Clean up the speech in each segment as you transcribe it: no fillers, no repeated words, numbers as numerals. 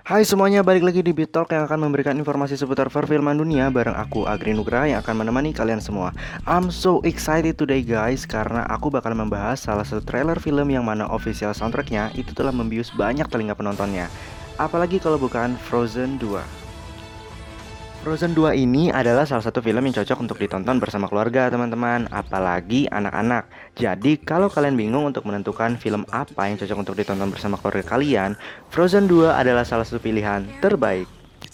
Hai semuanya, balik lagi di Beat Talk yang akan memberikan informasi seputar perfilman dunia bareng aku Agri Nugraha yang akan menemani kalian semua. I'm so excited today guys karena aku bakal membahas salah satu trailer film yang mana official soundtracknya itu telah membius banyak telinga penontonnya. Apalagi kalau bukan Frozen 2. Frozen 2 ini adalah salah satu film yang cocok untuk ditonton bersama keluarga teman-teman, apalagi anak-anak. Jadi kalau kalian bingung untuk menentukan film apa yang cocok untuk ditonton bersama keluarga kalian, Frozen 2 adalah salah satu pilihan terbaik.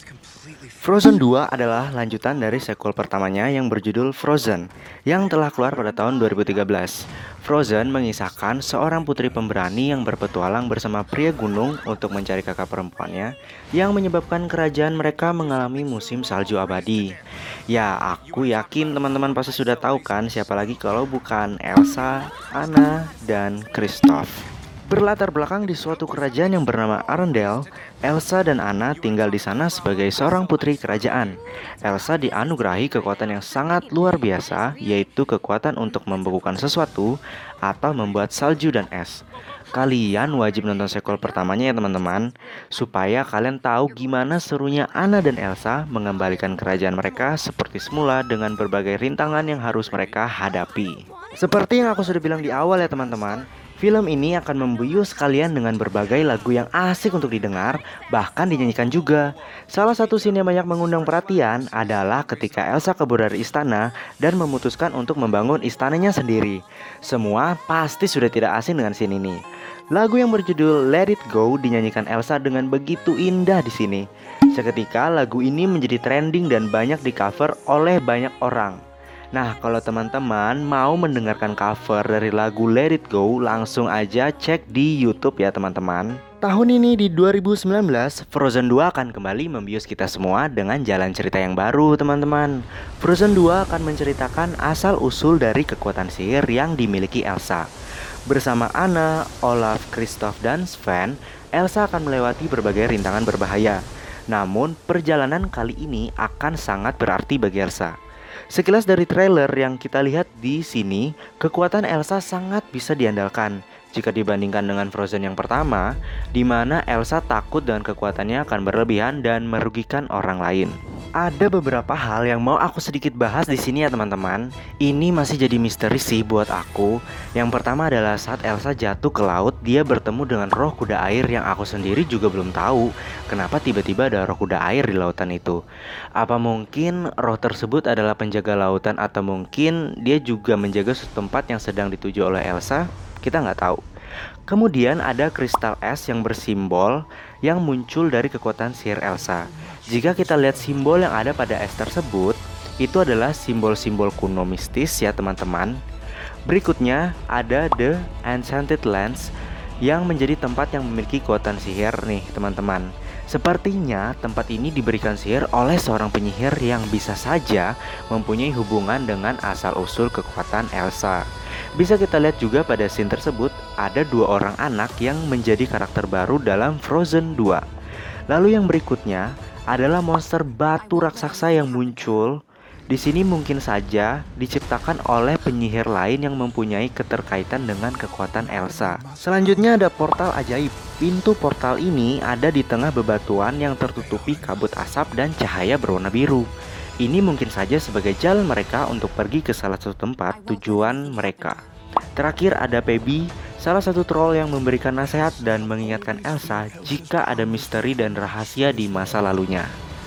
Frozen 2 adalah lanjutan dari sequel pertamanya yang berjudul Frozen, yang telah keluar pada tahun 2013. Frozen mengisahkan seorang putri pemberani yang berpetualang bersama pria gunung untuk mencari kakak perempuannya, yang menyebabkan kerajaan mereka mengalami musim salju abadi. Ya, aku yakin teman-teman pasti sudah tahu kan siapa lagi kalau bukan Elsa, Anna, dan Kristoff. Berlatar belakang di suatu kerajaan yang bernama Arendelle, Elsa dan Anna tinggal di sana sebagai seorang putri kerajaan. Elsa dianugerahi kekuatan yang sangat luar biasa, yaitu kekuatan untuk membekukan sesuatu atau membuat salju dan es. Kalian wajib nonton sequel pertamanya ya teman-teman, supaya kalian tahu gimana serunya Anna dan Elsa mengembalikan kerajaan mereka seperti semula dengan berbagai rintangan yang harus mereka hadapi. Seperti yang aku sudah bilang di awal ya teman-teman, film ini akan membius kalian dengan berbagai lagu yang asik untuk didengar, bahkan dinyanyikan juga. Salah satu scene yang banyak mengundang perhatian adalah ketika Elsa kabur dari istana dan memutuskan untuk membangun istananya sendiri. Semua pasti sudah tidak asing dengan scene ini. Lagu yang berjudul Let It Go dinyanyikan Elsa dengan begitu indah di sini. Seketika lagu ini menjadi trending dan banyak di-cover oleh banyak orang. Nah, kalau teman-teman mau mendengarkan cover dari lagu Let It Go, langsung aja cek di YouTube ya teman-teman. Tahun ini di 2019, Frozen 2 akan kembali membius kita semua dengan jalan cerita yang baru teman-teman. Frozen 2 akan menceritakan asal-usul dari kekuatan sihir yang dimiliki Elsa. Bersama Anna, Olaf, Kristoff, dan Sven, Elsa akan melewati berbagai rintangan berbahaya. Namun, perjalanan kali ini akan sangat berarti bagi Elsa. Sekilas dari trailer yang kita lihat di sini, kekuatan Elsa sangat bisa diandalkan jika dibandingkan dengan Frozen yang pertama, di mana Elsa takut dengan kekuatannya akan berlebihan dan merugikan orang lain. Ada beberapa hal yang mau aku sedikit bahas di sini ya teman-teman. Ini masih jadi misteri sih buat aku. Yang pertama adalah saat Elsa jatuh ke laut, dia bertemu dengan roh kuda air yang aku sendiri juga belum tahu kenapa tiba-tiba ada roh kuda air di lautan itu. Apa mungkin roh tersebut adalah penjaga lautan atau mungkin dia juga menjaga suatu tempat yang sedang dituju oleh Elsa? Kita nggak tahu. Kemudian ada kristal es yang bersimbol yang muncul dari kekuatan sihir Elsa. Jika kita lihat simbol yang ada pada es tersebut, itu adalah simbol-simbol kuno mistis ya teman-teman. Berikutnya ada The Enchanted Lands yang menjadi tempat yang memiliki kekuatan sihir nih teman-teman. Sepertinya tempat ini diberikan sihir oleh seorang penyihir yang bisa saja mempunyai hubungan dengan asal-usul kekuatan Elsa. Bisa kita lihat juga pada scene tersebut ada dua orang anak yang menjadi karakter baru dalam Frozen 2. Lalu yang berikutnya adalah monster batu raksasa yang muncul. Di sini mungkin saja diciptakan oleh penyihir lain yang mempunyai keterkaitan dengan kekuatan Elsa. Selanjutnya ada portal ajaib. Pintu portal ini ada di tengah bebatuan yang tertutupi kabut asap dan cahaya berwarna biru. Ini mungkin saja sebagai jalan mereka untuk pergi ke salah satu tempat tujuan mereka. Terakhir ada Pebi, salah satu troll yang memberikan nasihat dan mengingatkan Elsa jika ada misteri dan rahasia di masa lalunya.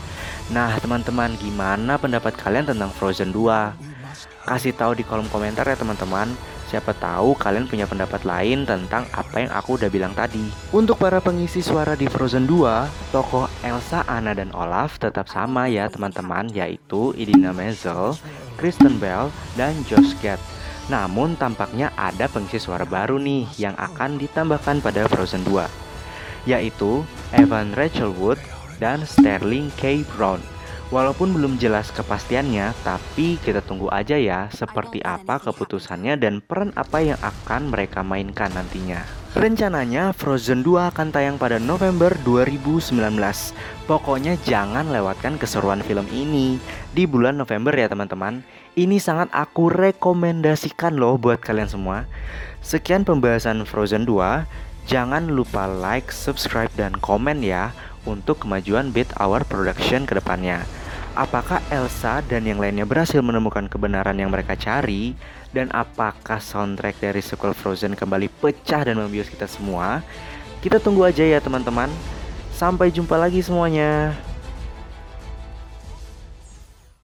Nah teman-teman, gimana pendapat kalian tentang Frozen 2? Kasih tahu di kolom komentar ya teman-teman. Siapa tahu kalian punya pendapat lain tentang apa yang aku udah bilang tadi. Untuk para pengisi suara di Frozen 2, tokoh Elsa, Anna, dan Olaf tetap sama ya teman-teman, yaitu Idina Menzel, Kristen Bell, dan Josh Gad. Namun tampaknya ada pengisi suara baru nih yang akan ditambahkan pada Frozen 2, yaitu Evan Rachel Wood dan Sterling K. Brown. Walaupun belum jelas kepastiannya, tapi kita tunggu aja ya seperti apa keputusannya dan peran apa yang akan mereka mainkan nantinya. Rencananya Frozen 2 akan tayang pada November 2019. Pokoknya jangan lewatkan keseruan film ini di bulan November ya teman-teman. Ini sangat aku rekomendasikan loh buat kalian semua. Sekian pembahasan Frozen 2. Jangan lupa like, subscribe, dan komen ya untuk kemajuan Beat Our Production ke depannya. Apakah Elsa dan yang lainnya berhasil menemukan kebenaran yang mereka cari? Dan apakah soundtrack dari sequel Frozen kembali pecah dan membius kita semua? Kita tunggu aja ya teman-teman. Sampai jumpa lagi semuanya.